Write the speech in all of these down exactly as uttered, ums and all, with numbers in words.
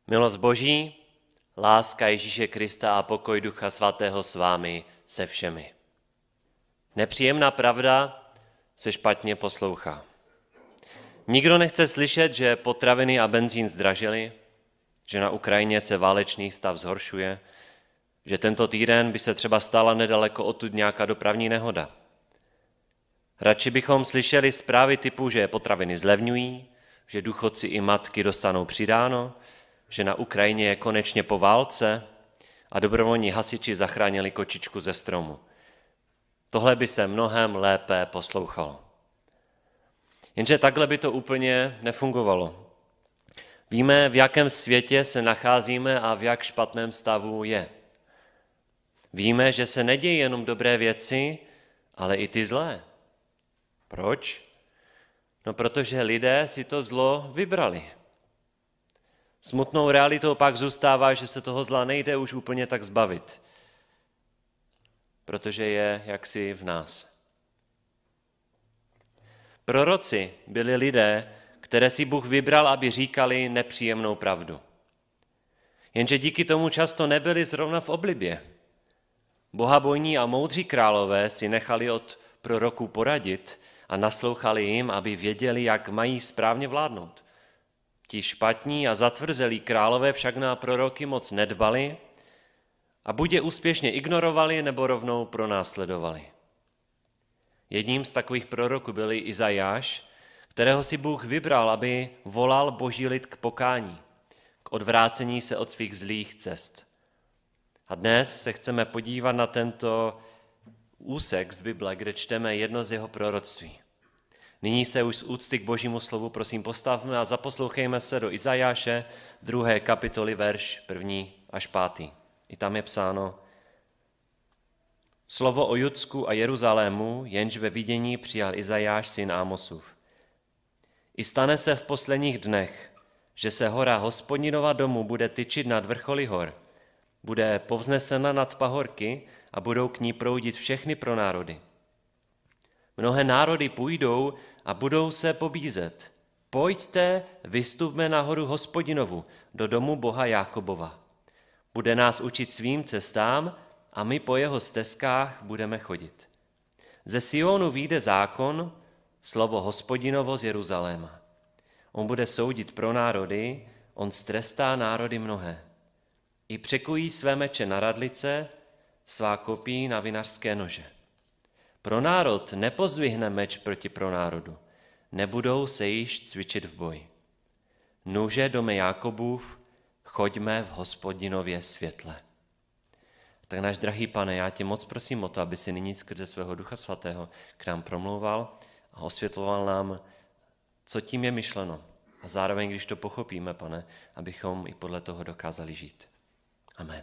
Milost Boží, láska Ježíše Krista a pokoj Ducha Svatého s vámi se všemi. Nepříjemná pravda se špatně poslouchá. Nikdo nechce slyšet, že potraviny a benzín zdražily, že na Ukrajině se válečný stav zhoršuje, že tento týden by se třeba stala nedaleko odtud nějaká dopravní nehoda. Radši bychom slyšeli zprávy typu, že potraviny zlevňují, že důchodci i matky dostanou přidáno, že na Ukrajině je konečně po válce a dobrovolní hasiči zachránili kočičku ze stromu. Tohle by se mnohem lépe poslouchalo. Jenže takhle by to úplně nefungovalo. Víme, v jakém světě se nacházíme a v jak špatném stavu je. Víme, že se nedějí jenom dobré věci, ale i ty zlé. Proč? No protože lidé si to zlo vybrali. Smutnou realitou pak zůstává, že se toho zla nejde už úplně tak zbavit, protože je jaksi v nás. Proroci byli lidé, které si Bůh vybral, aby říkali nepříjemnou pravdu. Jenže díky tomu často nebyli zrovna v oblibě. Bohabojní a moudří králové si nechali od proroků poradit a naslouchali jim, aby věděli, jak mají správně vládnout. Ti špatní a zatvrzelí králové však na proroky moc nedbali a buď je úspěšně ignorovali, nebo rovnou pronásledovali. Jedním z takových proroků byl Izajáš, kterého si Bůh vybral, aby volal Boží lid k pokání, k odvrácení se od svých zlých cest. A dnes se chceme podívat na tento úsek z Bible, kde čteme jedno z jeho proroctví. Nyní se už z úcty k Božímu slovu prosím postavme a zaposlouchejme se do Izajáše druhé kapitoly, verš první až pátý. I tam je psáno: Slovo o Judsku a Jeruzalému, jenž ve vidění přijal Izajáš syn Ámosův. I stane se v posledních dnech, že se hora Hospodinova domu bude tyčit nad vrcholy hor, bude povznesena nad pahorky a budou k ní proudit všechny pronárody. Mnohé národy půjdou a budou se pobízet. Pojďte, vystupme na horu Hospodinovu, do domu Boha Jákobova. Bude nás učit svým cestám a my po jeho stezkách budeme chodit. Ze Sionu vyjde zákon, slovo Hospodinovo z Jeruzaléma. On bude soudit pro národy, on strestá národy mnohé. I překují své meče na radlice, svá kopí na vinařské nože. Pro národ nepozdvihne meč proti pronárodu, nebudou se již cvičit v boji. Nuže dome Jákobův, choďme v Hospodinově světle. Tak náš drahý Pane, já tě moc prosím o to, aby si nyní skrze svého Ducha Svatého k nám promlouval a osvětloval nám, co tím je myšleno. A zároveň, když to pochopíme, Pane, abychom i podle toho dokázali žít. Amen.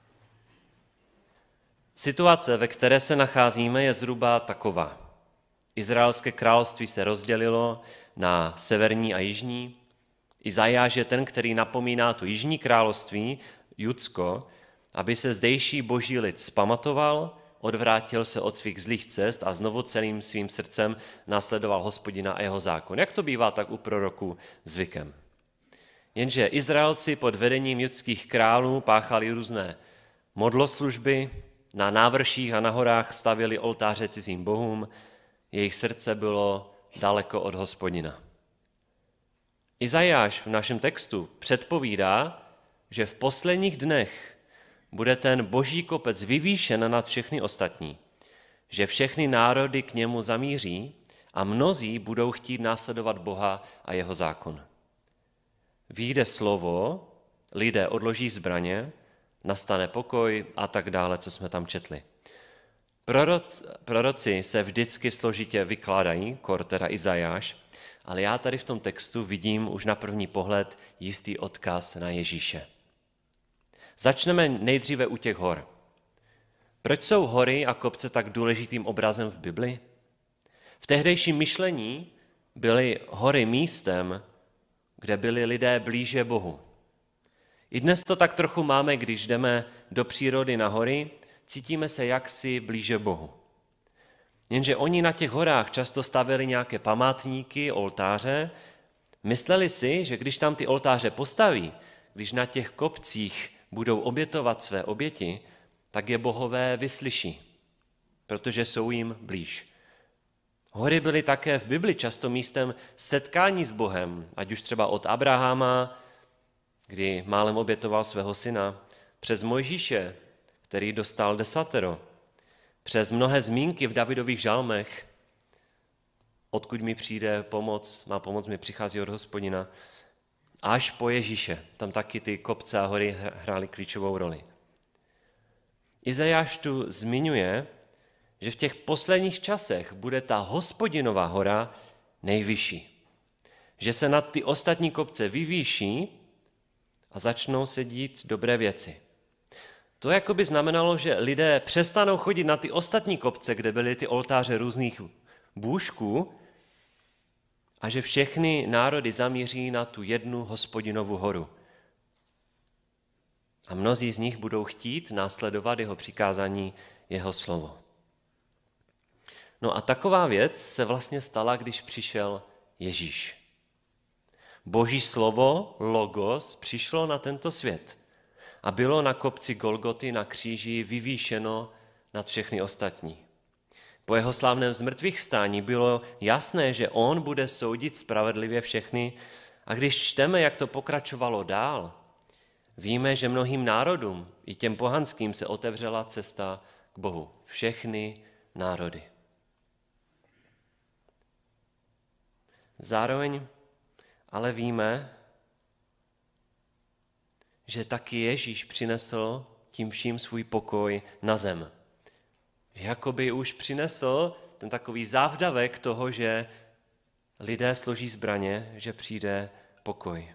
Situace, ve které se nacházíme, je zhruba taková. Izraelské království se rozdělilo na severní a jižní. Izajáš je ten, který napomíná to jižní království, Judsko, aby se zdejší boží lid zpamatoval, odvrátil se od svých zlých cest a znovu celým svým srdcem následoval Hospodina a jeho zákon. Jak to bývá tak u proroků zvykem. Jenže Izraelci pod vedením judských králů páchali různé modloslužby, na návrších a na horách stavěli oltáře cizím bohům, jejich srdce bylo daleko od Hospodina. Izajáš v našem textu předpovídá, že v posledních dnech bude ten boží kopec vyvýšen nad všechny ostatní, že všechny národy k němu zamíří a mnozí budou chtít následovat Boha a jeho zákon. Vyjde slovo, lidé odloží zbraně, nastane pokoj a tak dále, co jsme tam četli. Proroc, proroci se vždycky složitě vykládají, kor teda Izajáš, ale já tady v tom textu vidím už na první pohled jistý odkaz na Ježíše. Začneme nejdříve u těch hor. Proč jsou hory a kopce tak důležitým obrazem v Bibli? V tehdejším myšlení byly hory místem, kde byli lidé blíže Bohu. I dnes to tak trochu máme, když jdeme do přírody na hory, cítíme se jaksi blíže Bohu. Jenže oni na těch horách často stavěli nějaké památníky, oltáře, mysleli si, že když tam ty oltáře postaví, když na těch kopcích budou obětovat své oběti, tak je bohové vyslyší, protože jsou jim blíž. Hory byly také v Bibli často místem setkání s Bohem, ať už třeba od Abrahama, kdy málem obětoval svého syna, přes Mojžíše, který dostal desatero, přes mnohé zmínky v Davidových žalmech, odkud mi přijde pomoc, má pomoc mi přichází od Hospodina, až po Ježíše. Tam taky ty kopce a hory hrály klíčovou roli. Izajáš tu zmiňuje, že v těch posledních časech bude ta Hospodinová hora nejvyšší. Že se nad ty ostatní kopce vyvýší a začnou se dít dobré věci. To jako by znamenalo, že lidé přestanou chodit na ty ostatní kopce, kde byly ty oltáře různých bůžků, a že všechny národy zamíří na tu jednu Hospodinovu horu. A mnozí z nich budou chtít následovat jeho přikázání, jeho slovo. No a taková věc se vlastně stala, když přišel Ježíš. Boží slovo, logos, přišlo na tento svět a bylo na kopci Golgoty na kříži vyvýšeno nad všechny ostatní. Po jeho slavném zmrtvýchvstání bylo jasné, že on bude soudit spravedlivě všechny, a když čteme, jak to pokračovalo dál, víme, že mnohým národům, i těm pohanským, se otevřela cesta k Bohu. Všechny národy. Zároveň ale víme, že taky Ježíš přinesl tím vším svůj pokoj na zem. Jakoby už přinesl ten takový závdavek toho, že lidé složí zbraně, že přijde pokoj.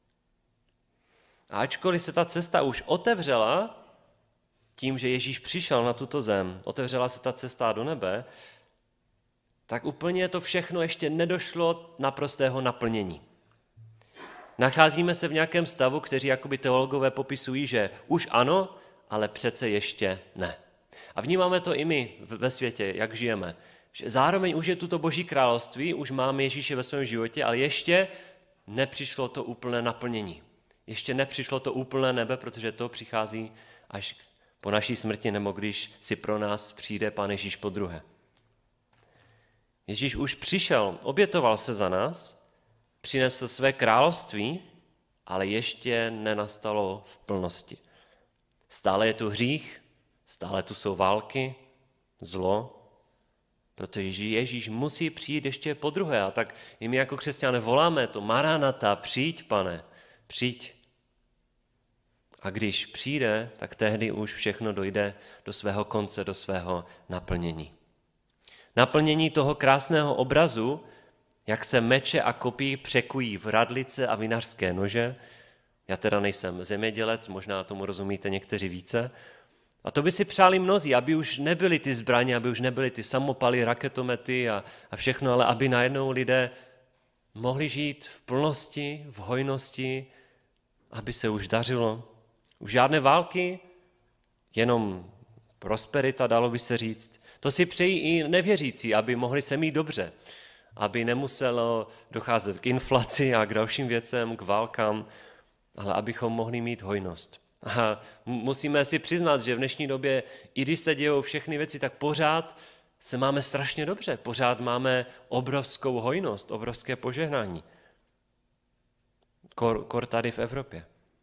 A ačkoliv se ta cesta už otevřela tím, že Ježíš přišel na tuto zem, otevřela se ta cesta do nebe, tak úplně to všechno ještě nedošlo naprostého naplnění. Nacházíme se v nějakém stavu, kteří jakoby teologové popisují, že už ano, ale přece ještě ne. A vnímáme to i my ve světě, jak žijeme. Že zároveň už je tuto Boží království, už máme Ježíše ve svém životě, ale ještě nepřišlo to úplné naplnění. Ještě nepřišlo to úplné nebe, protože to přichází až po naší smrti, nebo když si pro nás přijde Pán Ježíš podruhé. Ježíš už přišel, obětoval se za nás, přinesl své království, ale ještě nenastalo v plnosti. Stále je tu hřích, stále tu jsou války, zlo, protože Ježíš musí přijít ještě podruhé. A tak i my jako křesťané voláme to: Maranata, přijď, Pane, přijď. A když přijde, tak tehdy už všechno dojde do svého konce, do svého naplnění. Naplnění toho krásného obrazu, jak se meče a kopí překují v radlice a vinařské nože. Já teda nejsem zemědělec, možná tomu rozumíte někteří více. A to by si přáli mnozí, aby už nebyly ty zbraně, aby už nebyly ty samopaly, raketomety a, a všechno, ale aby najednou lidé mohli žít v plnosti, v hojnosti, aby se už dařilo. Už žádné války, jenom prosperita, dalo by se říct. To si přejí i nevěřící, aby mohli se mít dobře, aby nemuselo docházet k inflaci a k dalším věcem, k válkám, ale abychom mohli mít hojnost. A musíme si přiznat, že v dnešní době, i když se dějou všechny věci, tak pořád se máme strašně dobře, pořád máme obrovskou hojnost, obrovské požehnání. Kor, kor tady v Evropě.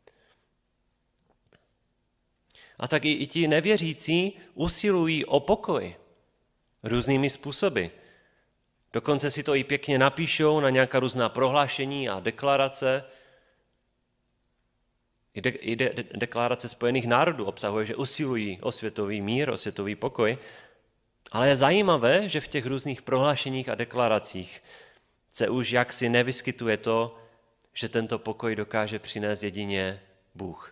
A tak i, i ti nevěřící usilují o pokoj různými způsoby. Dokonce si to i pěkně napíšou na nějaká různá prohlášení a deklarace. I, de, i de, de, deklarace Spojených národů obsahuje, že usilují o světový mír, o světový pokoj. Ale je zajímavé, že v těch různých prohlášeních a deklaracích se už jaksi nevyskytuje to, že tento pokoj dokáže přinést jedině Bůh.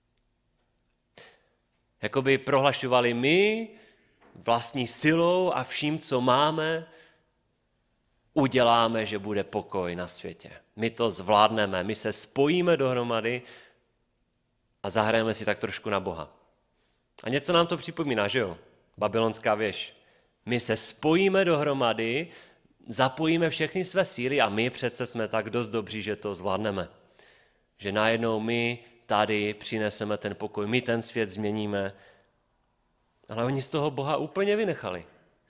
Jakoby prohlašovali my vlastní silou a vším, co máme, uděláme, že bude pokoj na světě. My to zvládneme, my se spojíme dohromady a zahrajeme si tak trošku na Boha. A něco nám to připomíná, že jo? Babylonská věž. My se spojíme dohromady, zapojíme všechny své síly a my přece jsme tak dost dobří, že to zvládneme. Že najednou my tady přineseme ten pokoj, my ten svět změníme. Ale oni z toho Boha úplně vynechali.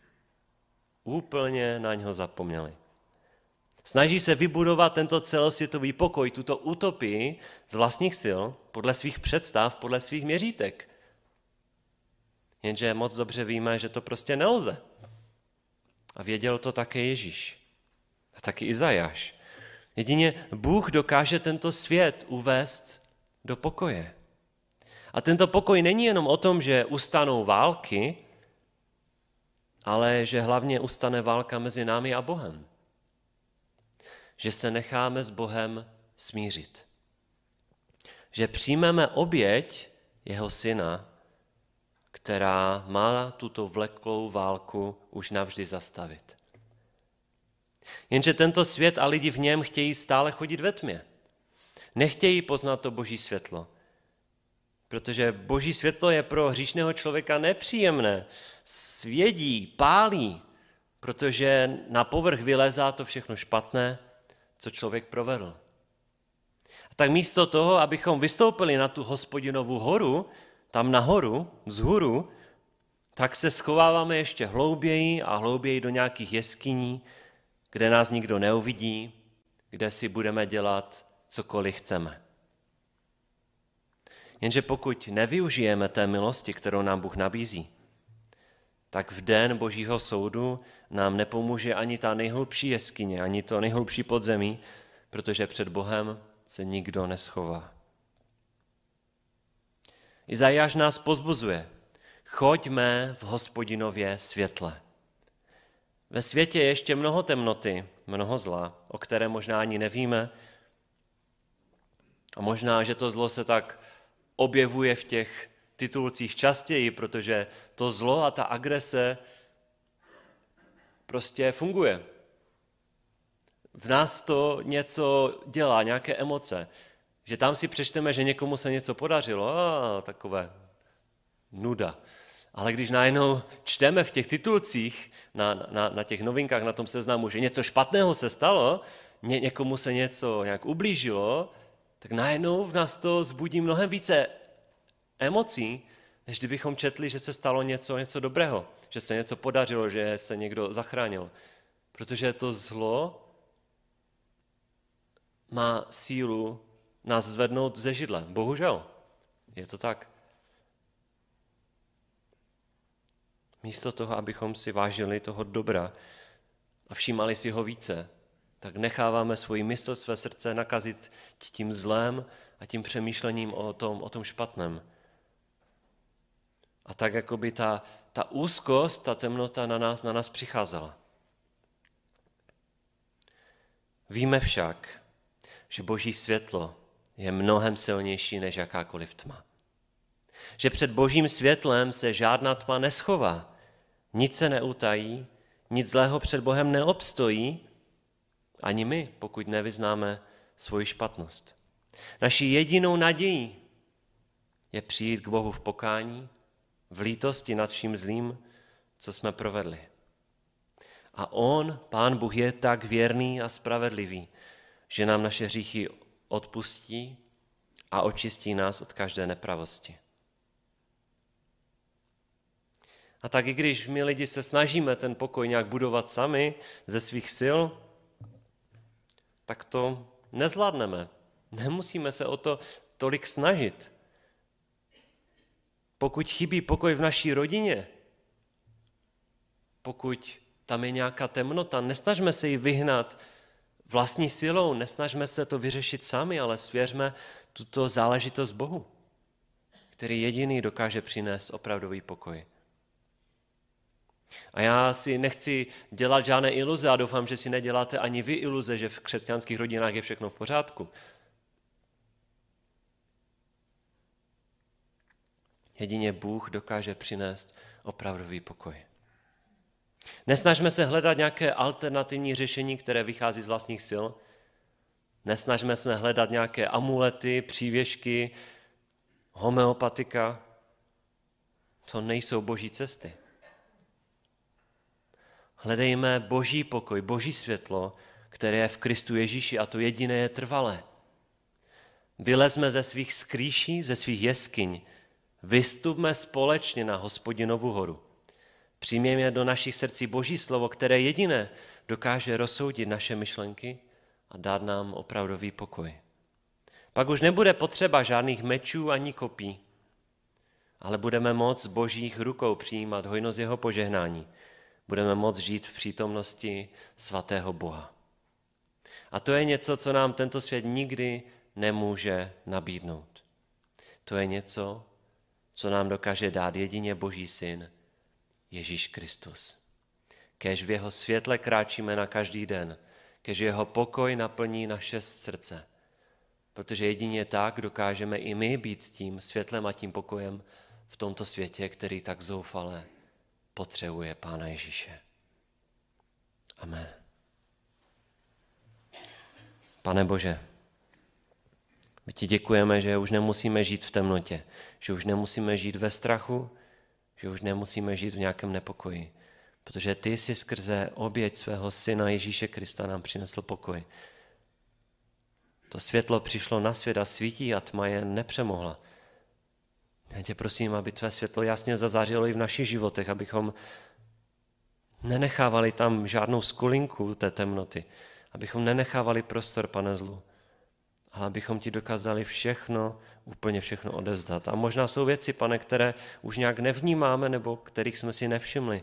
Úplně na něho zapomněli. Snaží se vybudovat tento celosvětový pokoj, tuto utopii z vlastních sil, podle svých představ, podle svých měřítek. Jenže moc dobře víme, že to prostě nelze. A věděl to také Ježíš. A taky Izajáš. Jedině Bůh dokáže tento svět uvést do pokoje. A tento pokoj není jenom o tom, že ustanou války, ale že hlavně ustane válka mezi námi a Bohem. Že se necháme s Bohem smířit. Že přijmeme oběť jeho syna, která má tuto vleklou válku už navždy zastavit. Jenže tento svět a lidi v něm chtějí stále chodit ve tmě. Nechtějí poznat to boží světlo. Protože boží světlo je pro hříšného člověka nepříjemné. Svědí, pálí, protože na povrch vylezá to všechno špatné, co člověk provedl. A tak místo toho, abychom vystoupili na tu Hospodinovu horu, tam nahoru, vzhůru, tak se schováváme ještě hlouběji a hlouběji do nějakých jeskyní, kde nás nikdo neuvidí, kde si budeme dělat cokoliv chceme. Jenže pokud nevyužijeme té milosti, kterou nám Bůh nabízí, tak v den Božího soudu nám nepomůže ani ta nejhlubší jeskyně, ani to nejhlubší podzemí, protože před Bohem se nikdo neschová. Izajáš nás pozbuzuje. Choďme v Hospodinově světle. Ve světě je ještě mnoho temnoty, mnoho zla, o které možná ani nevíme. A možná, že to zlo se tak objevuje v těch titulcích častěji, protože to zlo a ta agrese prostě funguje. V nás to něco dělá, nějaké emoce. Že tam si přečteme, že někomu se něco podařilo, a takové nuda. Ale když najednou čteme v těch titulcích, na, na, na těch novinkách, na tom seznamu, že něco špatného se stalo, ně, někomu se něco nějak ublížilo, tak najednou v nás to zbudí mnohem více emocí, než kdybychom četli, že se stalo něco, něco dobrého, že se něco podařilo, že se někdo zachránil. Protože to zlo má sílu nás zvednout ze židle. Bohužel, je to tak. Místo toho, abychom si vážili toho dobra a všímali si ho více, tak necháváme svoji mysl, své srdce nakazit tím zlém a tím přemýšlením o tom, o tom špatném. A tak jako by ta, ta úzkost, ta temnota na nás, na nás přicházela. Víme však, že Boží světlo je mnohem silnější než jakákoliv tma. Že před Božím světlem se žádná tma neschová, nic se neutají, nic zlého před Bohem neobstojí, ani my, pokud nevyznáme svoji špatnost. Naší jedinou nadějí je přijít k Bohu v pokání, v lítosti nad vším zlým, co jsme provedli. A on, Pán Bůh, je tak věrný a spravedlivý, že nám naše hříchy odpustí a očistí nás od každé nepravosti. A tak i když my lidi se snažíme ten pokoj nějak budovat sami ze svých sil, tak to nezvládneme. Nemusíme se o to tolik snažit. Pokud chybí pokoj v naší rodině, pokud tam je nějaká temnota, nesnažme se ji vyhnat vlastní silou, nesnažme se to vyřešit sami, ale svěřme tuto záležitost Bohu, který jediný dokáže přinést opravdový pokoj. A já si nechci dělat žádné iluze a doufám, že si neděláte ani vy iluze, že v křesťanských rodinách je všechno v pořádku. Jedině Bůh dokáže přinést opravdový pokoj. Nesnažme se hledat nějaké alternativní řešení, které vychází z vlastních sil. Nesnažme se hledat nějaké amulety, přívěšky, homeopatika. To nejsou boží cesty. Hledejme boží pokoj, boží světlo, které je v Kristu Ježíši a to jediné je trvalé. Vylezme ze svých skrýší, ze svých jeskyň. Vystupme společně na Hospodinovu horu. Přijměme do našich srdcí Boží slovo, které jediné dokáže rozsoudit naše myšlenky a dát nám opravdový pokoj. Pak už nebude potřeba žádných mečů ani kopí, ale budeme moct z Božích rukou přijímat hojnost jeho požehnání. Budeme moct žít v přítomnosti svatého Boha. A to je něco, co nám tento svět nikdy nemůže nabídnout. To je něco, co nám dokáže dát jedině Boží syn, Ježíš Kristus. Kéž v jeho světle kráčíme na každý den, kéž jeho pokoj naplní naše srdce, protože jedině tak dokážeme i my být tím světlem a tím pokojem v tomto světě, který tak zoufale potřebuje Pána Ježíše. Amen. Pane Bože, my ti děkujeme, že už nemusíme žít v temnotě, že už nemusíme žít ve strachu, že už nemusíme žít v nějakém nepokoji, protože ty jsi skrze oběť svého syna Ježíše Krista nám přinesl pokoj. To světlo přišlo na svět a svítí a tma je nepřemohla. Já tě prosím, aby tvé světlo jasně zazářilo i v našich životech, abychom nenechávali tam žádnou skulinku té temnoty, abychom nenechávali prostor, Pane, zlu, ale abychom ti dokázali všechno, úplně všechno odevzdat. A možná jsou věci, Pane, které už nějak nevnímáme nebo kterých jsme si nevšimli.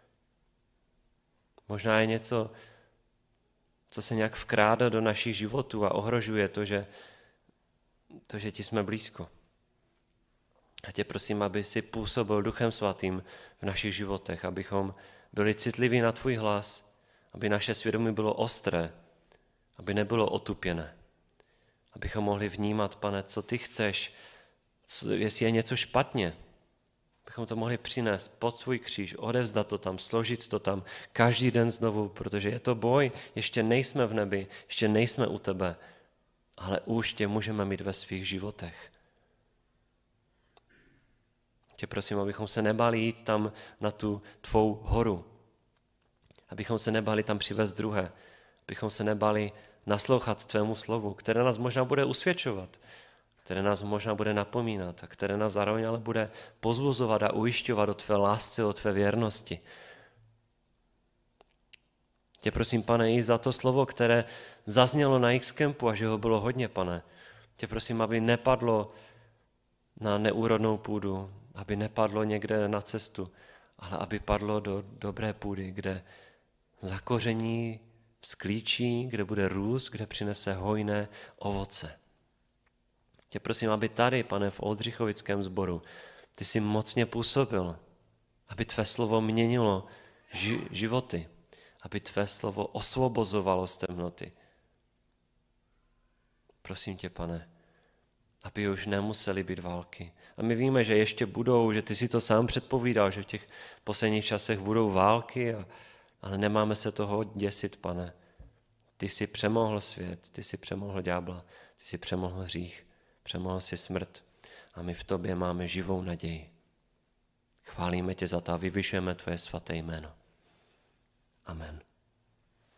Možná je něco, co se nějak vkrádá do našich životů a ohrožuje to, že, to, že ti jsme blízko. A tě prosím, aby si působil Duchem Svatým v našich životech, abychom byli citliví na tvůj hlas, aby naše svědomí bylo ostré, aby nebylo otupěné, abychom mohli vnímat, Pane, co ty chceš, co, jestli je něco špatně, abychom to mohli přinést pod tvůj kříž, odevzdat to tam, složit to tam každý den znovu, protože je to boj, ještě nejsme v nebi, ještě nejsme u tebe, ale už tě můžeme mít ve svých životech. Tě prosím, abychom se nebáli jít tam na tu tvou horu, abychom se nebáli tam přivést druhé, abychom se nebáli naslouchat tvému slovu, které nás možná bude usvědčovat, které nás možná bude napomínat a které nás zároveň ale bude pozbuzovat a ujišťovat o tvé lásce, o tvé věrnosti. Tě prosím, Pane, i za to slovo, které zaznělo na X-Campu a že ho bylo hodně, Pane. Tě prosím, aby nepadlo na neúrodnou půdu, aby nepadlo někde na cestu, ale aby padlo do dobré půdy, kde zakoření vzklíčí, kde bude růst, kde přinese hojné ovoce. Tě prosím, aby tady, Pane, v Oldřichovickém sboru, ty jsi mocně působil, aby tvé slovo měnilo ži- životy, aby tvé slovo osvobozovalo z temnoty. Prosím tě, Pane, aby už nemusely být války. A my víme, že ještě budou, že ty si to sám předpovídal, že v těch posledních časech budou války, a, ale nemáme se toho děsit, Pane. Ty jsi přemohl svět, ty jsi přemohl ďábla, ty jsi přemohl hřích, přemohl si smrt a my v tobě máme živou naději. Chválíme tě za to a vyvyšujeme tvoje svaté jméno. Amen.